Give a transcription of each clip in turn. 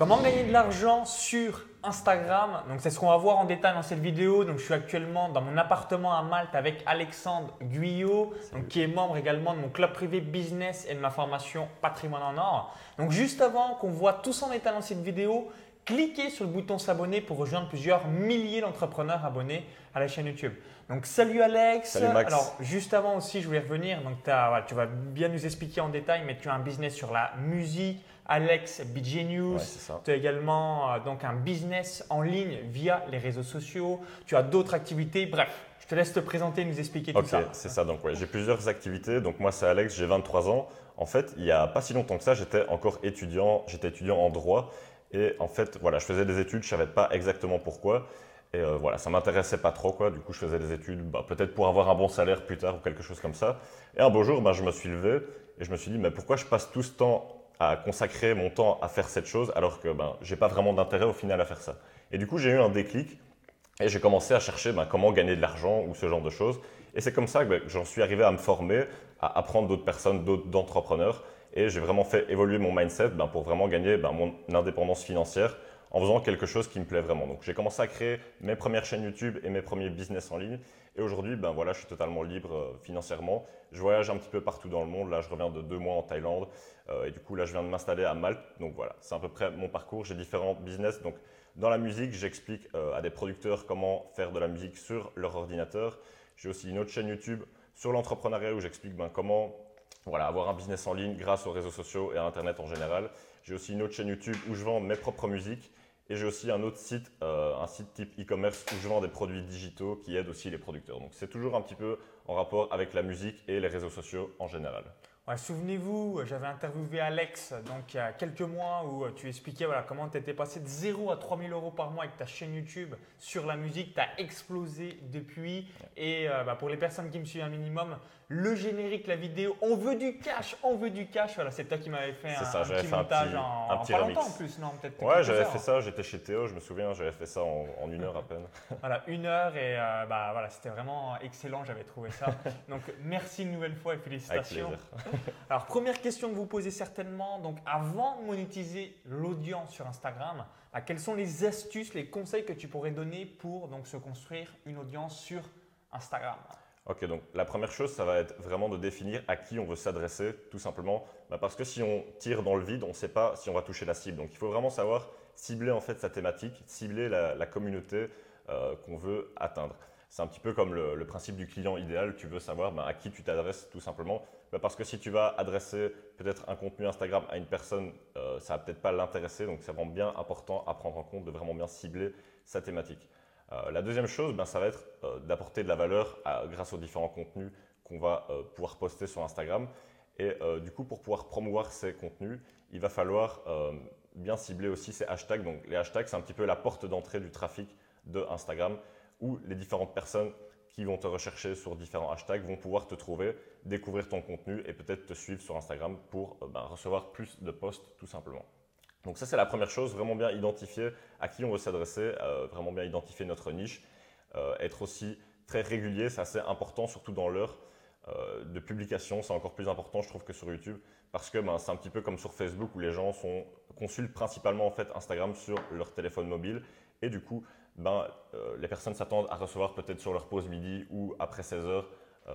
Comment gagner de l'argent sur Instagram? Donc, c'est ce qu'on va voir en détail dans cette vidéo. Donc, je suis actuellement dans mon appartement à Malte avec Alexandre Guyot, donc, qui est membre également de mon club privé business et de ma formation Patrimoine en or. Donc, juste avant qu'on voit tout ça en détail dans cette vidéo, cliquez sur le bouton s'abonner pour rejoindre plusieurs milliers d'entrepreneurs abonnés à la chaîne YouTube. Donc, salut Alex. Salut Max. Alors, juste avant aussi, je voulais revenir. Donc, tu vas bien nous expliquer en détail, mais tu as un business sur la musique, Alex BJ News. Ouais, c'est ça. Tu as également donc un business en ligne via les réseaux sociaux. Tu as d'autres activités. Bref, je te laisse te présenter et nous expliquer tout ça. Ok, c'est ça. Donc, ouais, j'ai plusieurs activités. Donc, moi, c'est Alex, j'ai 23 ans. En fait, il n'y a pas si longtemps que ça, j'étais encore étudiant. J'étais étudiant en droit. Et en fait, voilà, je faisais des études, je ne savais pas exactement pourquoi. Et voilà, ça ne m'intéressait pas trop, quoi. Du coup, je faisais des études, peut-être pour avoir un bon salaire plus tard ou quelque chose comme ça. Et un beau jour, je me suis levé et je me suis dit, mais pourquoi je passe tout ce temps à consacrer mon temps à faire cette chose alors que je n'ai pas vraiment d'intérêt au final à faire ça. Et du coup, j'ai eu un déclic et j'ai commencé à chercher comment gagner de l'argent ou ce genre de choses. Et c'est comme ça que j'en suis arrivé à me former, à apprendre d'autres personnes, d'autres entrepreneurs. Et j'ai vraiment fait évoluer mon mindset pour vraiment gagner mon indépendance financière en faisant quelque chose qui me plaît vraiment. Donc, j'ai commencé à créer mes premières chaînes YouTube et mes premiers business en ligne. Et aujourd'hui, je suis totalement libre financièrement. Je voyage un petit peu partout dans le monde. Là, je reviens de 2 mois en Thaïlande. Et du coup, là, je viens de m'installer à Malte. Donc voilà, c'est à peu près mon parcours. J'ai différents business. Donc, dans la musique, j'explique à des producteurs comment faire de la musique sur leur ordinateur. J'ai aussi une autre chaîne YouTube sur l'entrepreneuriat où j'explique comment avoir un business en ligne grâce aux réseaux sociaux et à Internet en général. J'ai aussi une autre chaîne YouTube où je vends mes propres musiques. Et j'ai aussi un autre site, un site type e-commerce où je vends des produits digitaux qui aident aussi les producteurs. Donc, c'est toujours un petit peu en rapport avec la musique et les réseaux sociaux en général. Ouais, souvenez-vous, j'avais interviewé Alex donc, il y a quelques mois où tu expliquais comment tu étais passé de 0 à 3 000 € par mois avec ta chaîne YouTube sur la musique. Tu as explosé depuis. Et pour les personnes qui me suivent un minimum, le générique, la vidéo, on veut du cash, on veut du cash. Voilà, c'est toi qui m'avais fait un petit montage un petit pas remix. longtemps en plus, non? Peut-être Ouais, j'avais fait ça, j'étais chez Théo, je me souviens, j'avais fait ça en 1 heure à peine. Voilà, 1 heure et c'était vraiment excellent, j'avais trouvé ça. Donc, merci une nouvelle fois et félicitations. Avec plaisir. Alors, première question que vous posez certainement, donc avant de monétiser l'audience sur Instagram, quelles sont les astuces, les conseils que tu pourrais donner pour donc, se construire une audience sur Instagram? Ok, donc la première chose, ça va être vraiment de définir à qui on veut s'adresser, tout simplement. Parce que si on tire dans le vide, on ne sait pas si on va toucher la cible. Donc il faut vraiment savoir cibler en fait sa thématique, cibler la communauté qu'on veut atteindre. C'est un petit peu comme le principe du client idéal. Tu veux savoir à qui tu t'adresses tout simplement. Parce que si tu vas adresser peut-être un contenu Instagram à une personne, ça ne va peut-être pas l'intéresser. Donc c'est vraiment bien important à prendre en compte de vraiment bien cibler sa thématique. La deuxième chose, ça va être d'apporter de la valeur grâce aux différents contenus qu'on va pouvoir poster sur Instagram. Et du coup, pour pouvoir promouvoir ces contenus, il va falloir bien cibler aussi ces hashtags. Donc les hashtags, c'est un petit peu la porte d'entrée du trafic de Instagram où les différentes personnes qui vont te rechercher sur différents hashtags vont pouvoir te trouver, découvrir ton contenu et peut-être te suivre sur Instagram pour recevoir plus de posts tout simplement. Donc ça, c'est la première chose, vraiment bien identifier à qui on veut s'adresser, vraiment bien identifier notre niche, être aussi très régulier, c'est assez important, surtout dans l'heure de publication, c'est encore plus important je trouve que sur YouTube, parce que c'est un petit peu comme sur Facebook où les gens consultent principalement en fait Instagram sur leur téléphone mobile et du coup, les personnes s'attendent à recevoir peut-être sur leur pause midi ou après 16 heures,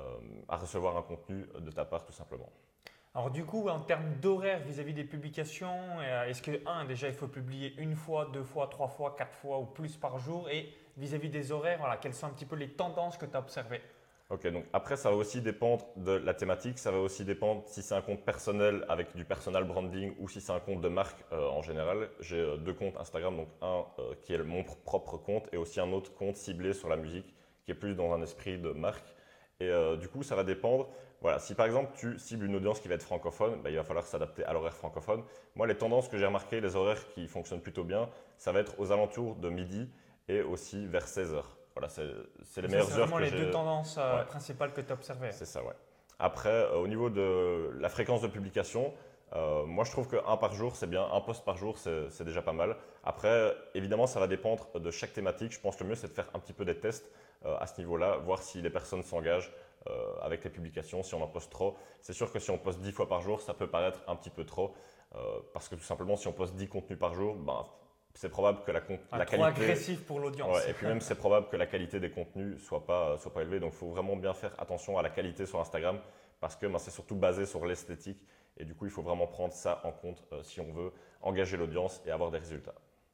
à recevoir un contenu de ta part tout simplement. Alors du coup, en termes d'horaire vis-à-vis des publications, est-ce que, déjà, il faut publier 1 fois, 2 fois, 3 fois, 4 fois ou plus par jour? Et vis-à-vis des horaires, quelles sont un petit peu les tendances que tu as observées? Ok, donc après, ça va aussi dépendre de la thématique. Ça va aussi dépendre si c'est un compte personnel avec du personal branding ou si c'est un compte de marque en général. J'ai 2 comptes Instagram, donc un qui est mon propre compte et aussi un autre compte ciblé sur la musique qui est plus dans un esprit de marque. Et du coup, ça va dépendre. Voilà, si par exemple tu cibles une audience qui va être francophone, il va falloir s'adapter à l'horaire francophone. Moi, les tendances que j'ai remarquées, les horaires qui fonctionnent plutôt bien, ça va être aux alentours de midi et aussi vers 16 heures. Voilà, c'est les meilleures heures que j'ai. C'est vraiment les 2 tendances principales que tu as observées. C'est ça, ouais. Après, au niveau de la fréquence de publication, moi je trouve qu'un par jour, c'est bien. Un post par jour, c'est déjà pas mal. Après, évidemment, ça va dépendre de chaque thématique. Je pense que le mieux, c'est de faire un petit peu des tests à ce niveau-là, voir si les personnes s'engagent avec les publications, si on en poste trop. C'est sûr que si on poste 10 fois par jour, ça peut paraître un petit peu trop. Parce que tout simplement, si on poste 10 contenus par jour, ben, c'est probable que la Trop qualité… agressif pour l'audience. Ouais, et puis même, c'est probable que la qualité des contenus soit pas élevée. Donc, il faut vraiment bien faire attention à la qualité sur Instagram parce que ben, c'est surtout basé sur l'esthétique. Et du coup, il faut vraiment prendre ça en compte si on veut engager l'audience et avoir des résultats.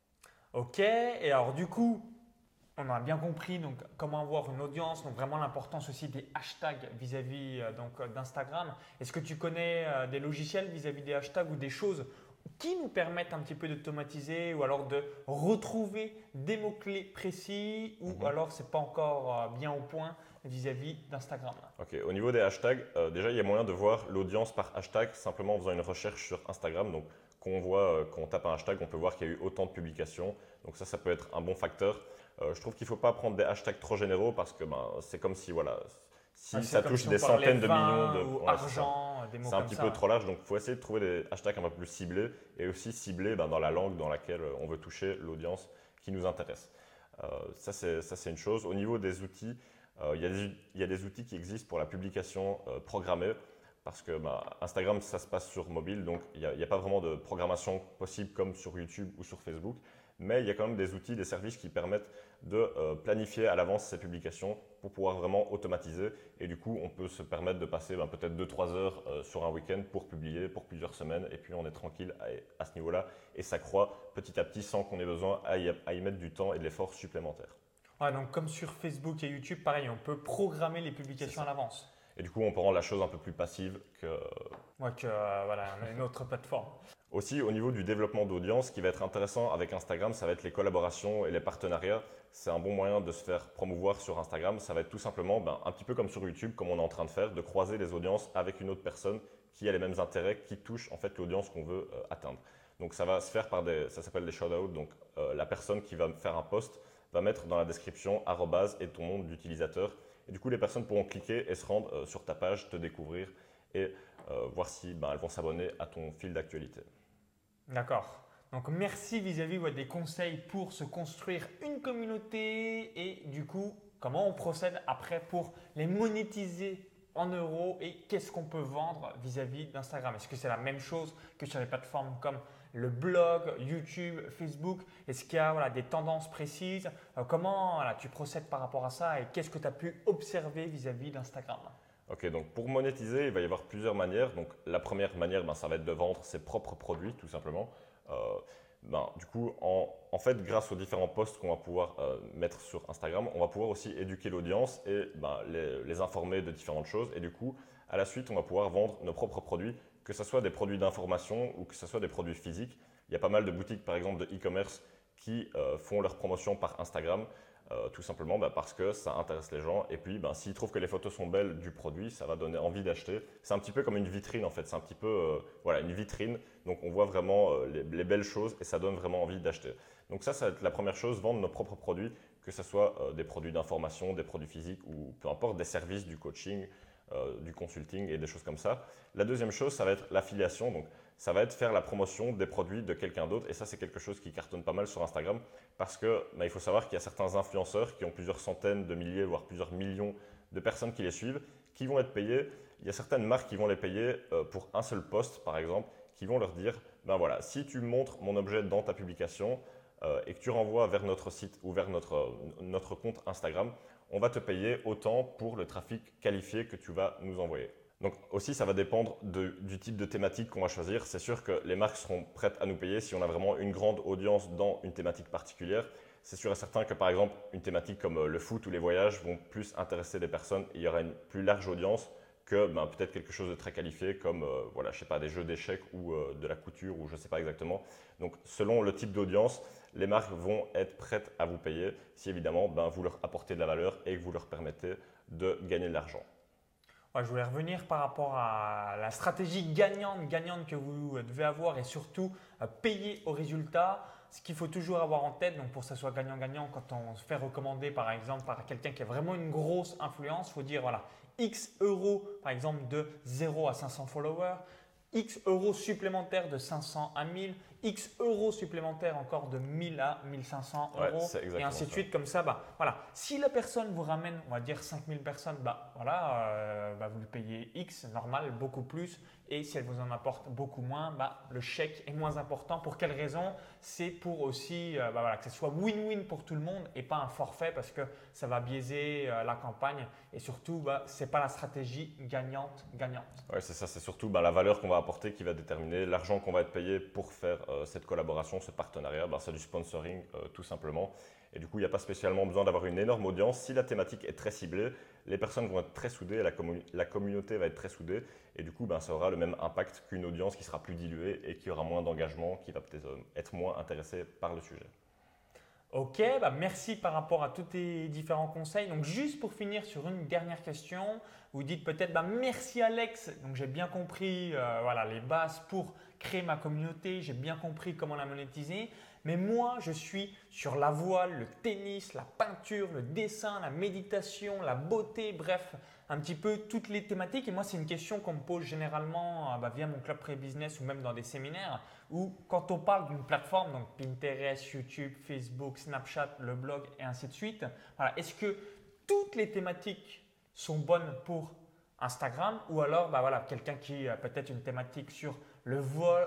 Ok, et alors du coup, on a bien compris donc, comment avoir une audience, donc vraiment l'importance aussi des hashtags vis-à-vis d'Instagram. Est-ce que tu connais des logiciels vis-à-vis des hashtags ou des choses qui nous permettent un petit peu d'automatiser ou alors de retrouver des mots-clés précis ou alors c'est pas encore bien au point vis-à-vis d'Instagram? Ok, au niveau des hashtags, déjà il y a moyen de voir l'audience par hashtag simplement en faisant une recherche sur Instagram. Donc quand on tape un hashtag, on peut voir qu'il y a eu autant de publications. Donc ça peut être un bon facteur. Je trouve qu'il ne faut pas prendre des hashtags trop généraux parce que ben, c'est comme si voilà, si ça comme touche si on des parlait centaines de vin millions de… ou Ouais, c'est ça. argent, des mots C'est un comme petit ça. peu trop large, donc il faut essayer de trouver des hashtags un peu plus ciblés et aussi ciblés ben, dans la langue dans laquelle on veut toucher l'audience qui nous intéresse. Ça, c'est une chose. Au niveau des outils, il y a des outils qui existent pour la publication programmée parce que ben, Instagram, ça se passe sur mobile, donc il n'y a pas vraiment de programmation possible comme sur YouTube ou sur Facebook. Mais il y a quand même des outils, des services qui permettent de planifier à l'avance ces publications pour pouvoir vraiment automatiser. Et du coup, on peut se permettre de passer ben, peut-être 2-3 heures sur un week-end pour publier pour plusieurs semaines. Et puis, on est tranquille à ce niveau-là. Et ça croît petit à petit sans qu'on ait besoin à y mettre du temps et de l'effort supplémentaire. Ouais, donc comme sur Facebook et YouTube, pareil, on peut programmer les publications à l'avance. Et du coup, on peut rendre la chose un peu plus passive que… Ouais, voilà, une autre plateforme. Aussi, au niveau du développement d'audience, ce qui va être intéressant avec Instagram, ça va être les collaborations et les partenariats. C'est un bon moyen de se faire promouvoir sur Instagram. Ça va être tout simplement, ben, un petit peu comme sur YouTube, comme on est en train de faire, de croiser les audiences avec une autre personne qui a les mêmes intérêts, qui touche en fait l'audience qu'on veut atteindre. Donc ça va se faire ça s'appelle des shout-outs. Donc la personne qui va faire un post va mettre dans la description @ et ton nom d'utilisateur. Et du coup, les personnes pourront cliquer et se rendre sur ta page, te découvrir et voir si ben, elles vont s'abonner à ton fil d'actualité. D'accord. Donc merci vis-à-vis des conseils pour se construire une communauté et du coup, comment on procède après pour les monétiser en euros et qu'est-ce qu'on peut vendre vis-à-vis d'Instagram? Est-ce que c'est la même chose que sur les plateformes comme le blog, YouTube, Facebook? Est-ce qu'il y a des tendances précises? Comment tu procèdes par rapport à ça et qu'est-ce que tu as pu observer vis-à-vis d'Instagram? Ok, donc pour monétiser, il va y avoir plusieurs manières. Donc la première manière, ben, ça va être de vendre ses propres produits, tout simplement. Du coup, en fait, grâce aux différents posts qu'on va pouvoir mettre sur Instagram, on va pouvoir aussi éduquer l'audience et ben, les informer de différentes choses. Et du coup, à la suite, on va pouvoir vendre nos propres produits, que ce soit des produits d'information ou que ce soit des produits physiques. Il y a pas mal de boutiques, par exemple, de e-commerce qui font leur promotion par Instagram. Tout simplement parce que ça intéresse les gens et puis s'ils trouvent que les photos sont belles du produit, ça va donner envie d'acheter. C'est un petit peu comme une vitrine en fait, c'est un petit peu une vitrine, donc on voit vraiment les belles choses et ça donne vraiment envie d'acheter. Donc ça va être la première chose, vendre nos propres produits, que ce soit des produits d'information, des produits physiques ou peu importe, des services, du coaching, du consulting et des choses comme ça. La deuxième chose, ça va être l'affiliation, donc ça va être faire la promotion des produits de quelqu'un d'autre. Et ça, c'est quelque chose qui cartonne pas mal sur Instagram parce que il faut savoir qu'il y a certains influenceurs qui ont plusieurs centaines de milliers, voire plusieurs millions de personnes qui les suivent, qui vont être payés. Il y a certaines marques qui vont les payer pour un seul post, par exemple, qui vont leur dire, ben voilà, si tu montres mon objet dans ta publication et que tu renvoies vers notre site ou vers notre compte Instagram, on va te payer autant pour le trafic qualifié que tu vas nous envoyer. Donc aussi, ça va dépendre du type de thématique qu'on va choisir. C'est sûr que les marques seront prêtes à nous payer si on a vraiment une grande audience dans une thématique particulière. C'est sûr et certain que par exemple, une thématique comme le foot ou les voyages vont plus intéresser des personnes et il y aura une plus large audience que peut-être quelque chose de très qualifié comme je sais pas, des jeux d'échecs ou de la couture ou je ne sais pas exactement. Donc selon le type d'audience, les marques vont être prêtes à vous payer si évidemment vous leur apportez de la valeur et que vous leur permettez de gagner de l'argent. Ouais, je voulais revenir par rapport à la stratégie gagnante que vous devez avoir et surtout payer au résultat. Ce qu'il faut toujours avoir en tête, donc pour que ça soit gagnant-gagnant, quand on se fait recommander par exemple par quelqu'un qui a vraiment une grosse influence, il faut dire voilà, X euros par exemple de 0 à 500 followers, X euros supplémentaires de 500 à 1000, X euros supplémentaires encore de 1000 à 1500 euros et ainsi de suite. Comme ça, voilà. Si la personne vous ramène, on va dire 5000 personnes, vous lui payez X, normal, beaucoup plus et si elle vous en apporte beaucoup moins, le chèque est moins important. Pour quelle raison? C'est pour aussi que ce soit win-win pour tout le monde et pas un forfait parce que ça va biaiser la campagne et surtout ce n'est pas la stratégie gagnante-gagnante. Oui, c'est ça, c'est surtout la valeur qu'on va apporter qui va déterminer l'argent qu'on va être payé pour faire cette collaboration, ce partenariat. C'est du sponsoring tout simplement. Et du coup, il n'y a pas spécialement besoin d'avoir une énorme audience. Si la thématique est très ciblée, les personnes vont être très soudées, la communauté va être très soudée. Et du coup, ça aura le même impact qu'une audience qui sera plus diluée et qui aura moins d'engagement, qui va peut-être être moins intéressée par le sujet. Ok, merci par rapport à tous tes différents conseils. Donc, juste pour finir sur une dernière question, vous dites peut-être merci Alex. Donc, j'ai bien compris les bases pour créer ma communauté, j'ai bien compris comment la monétiser. Mais moi, je suis sur la voile, le tennis, la peinture, le dessin, la méditation, la beauté, bref, un petit peu toutes les thématiques. Et moi, c'est une question qu'on me pose généralement via mon club pré-business ou même dans des séminaires où quand on parle d'une plateforme, donc Pinterest, YouTube, Facebook, Snapchat, le blog et ainsi de suite, est-ce que toutes les thématiques sont bonnes pour Instagram ou alors quelqu'un qui a peut-être une thématique sur le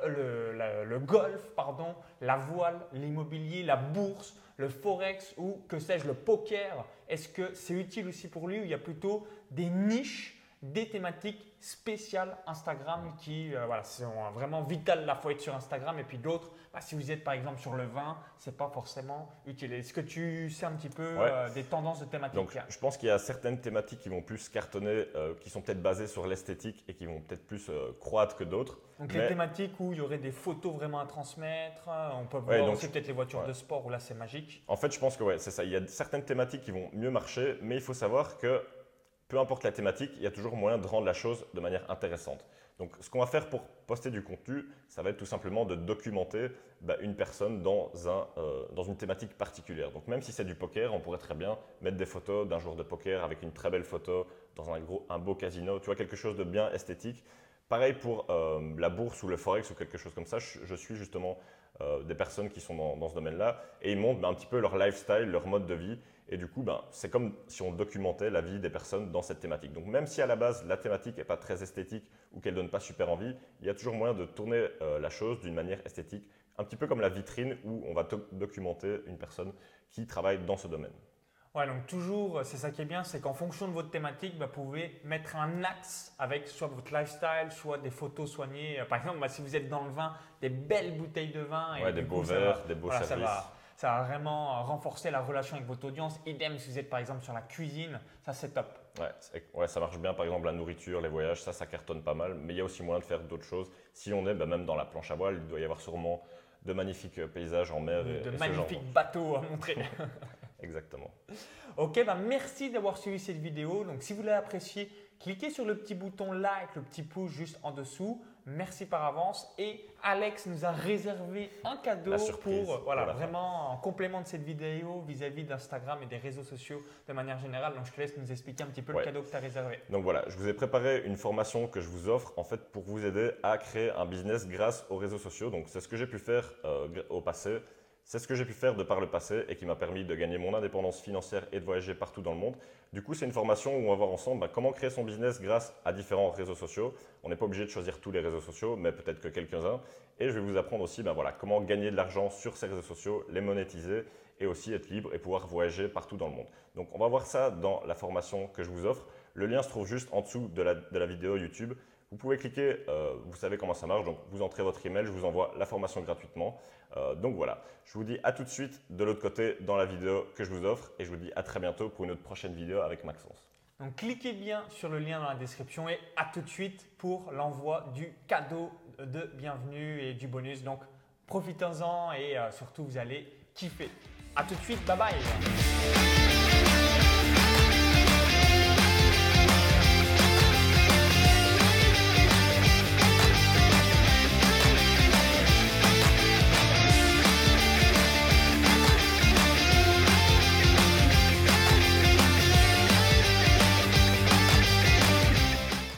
golf, la voile, l'immobilier, la bourse, le forex ou que sais-je, le poker, est-ce que c'est utile aussi pour lui ou il y a plutôt des niches, des thématiques spéciales Instagram qui sont vraiment vitales, la faut être sur Instagram et puis d'autres, si vous êtes par exemple sur le vin, ce n'est pas forcément utile. Est-ce que tu sais un petit peu des tendances de thématiques? Donc, je pense qu'il y a certaines thématiques qui vont plus cartonner, qui sont peut-être basées sur l'esthétique et qui vont peut-être plus croître que d'autres. Donc, les thématiques où il y aurait des photos vraiment à transmettre, on peut voir aussi peut-être les voitures de sport où là c'est magique. En fait, je pense que c'est ça. Il y a certaines thématiques qui vont mieux marcher, mais il faut savoir que peu importe la thématique, il y a toujours moyen de rendre la chose de manière intéressante. Donc, ce qu'on va faire pour poster du contenu, ça va être tout simplement de documenter une personne dans une thématique particulière. Donc, même si c'est du poker, on pourrait très bien mettre des photos d'un joueur de poker avec une très belle photo dans un beau casino, tu vois, quelque chose de bien esthétique. Pareil pour la bourse ou le forex ou quelque chose comme ça. Je suis justement des personnes qui sont dans ce domaine-là et ils montrent un petit peu leur lifestyle, leur mode de vie. Et du coup, c'est comme si on documentait la vie des personnes dans cette thématique. Donc, même si à la base, la thématique n'est pas très esthétique ou qu'elle ne donne pas super envie, il y a toujours moyen de tourner la chose d'une manière esthétique, un petit peu comme la vitrine où on va documenter une personne qui travaille dans ce domaine. Ouais, donc toujours, c'est ça qui est bien, c'est qu'en fonction de votre thématique, vous pouvez mettre un axe avec soit votre lifestyle, soit des photos soignées. Par exemple, si vous êtes dans le vin, des belles bouteilles de vin. Et des beaux verres, des beaux services. Ça va vraiment renforcer la relation avec votre audience. Idem si vous êtes par exemple sur la cuisine, ça c'est top. Ouais, ça marche bien. Par exemple, la nourriture, les voyages, ça cartonne pas mal. Mais il y a aussi moyen de faire d'autres choses. Si on est même dans la planche à voile, il doit y avoir sûrement de magnifiques paysages en mer. De magnifiques bateaux à montrer. Exactement. Ok, merci d'avoir suivi cette vidéo. Donc, si vous l'avez apprécié, cliquez sur le petit bouton like, le petit pouce juste en dessous. Merci par avance. Et Alex nous a réservé un cadeau pour vraiment en complément de cette vidéo vis-à-vis d'Instagram et des réseaux sociaux de manière générale. Donc, je te laisse nous expliquer un petit peu le cadeau que tu as réservé. Donc voilà, je vous ai préparé une formation que je vous offre en fait pour vous aider à créer un business grâce aux réseaux sociaux. Donc, c'est ce que j'ai pu faire au passé. C'est ce que j'ai pu faire de par le passé et qui m'a permis de gagner mon indépendance financière et de voyager partout dans le monde. Du coup, c'est une formation où on va voir ensemble comment créer son business grâce à différents réseaux sociaux. On n'est pas obligé de choisir tous les réseaux sociaux, mais peut-être que quelques-uns. Et je vais vous apprendre aussi comment gagner de l'argent sur ces réseaux sociaux, les monétiser et aussi être libre et pouvoir voyager partout dans le monde. Donc, on va voir ça dans la formation que je vous offre. Le lien se trouve juste en dessous de la vidéo YouTube. Vous pouvez cliquer, vous savez comment ça marche, donc vous entrez votre email, je vous envoie la formation gratuitement. Donc voilà, je vous dis à tout de suite de l'autre côté dans la vidéo que je vous offre et je vous dis à très bientôt pour une autre prochaine vidéo avec Maxence. Donc cliquez bien sur le lien dans la description et à tout de suite pour l'envoi du cadeau de bienvenue et du bonus. Donc profitez-en et surtout vous allez kiffer. À tout de suite, bye bye.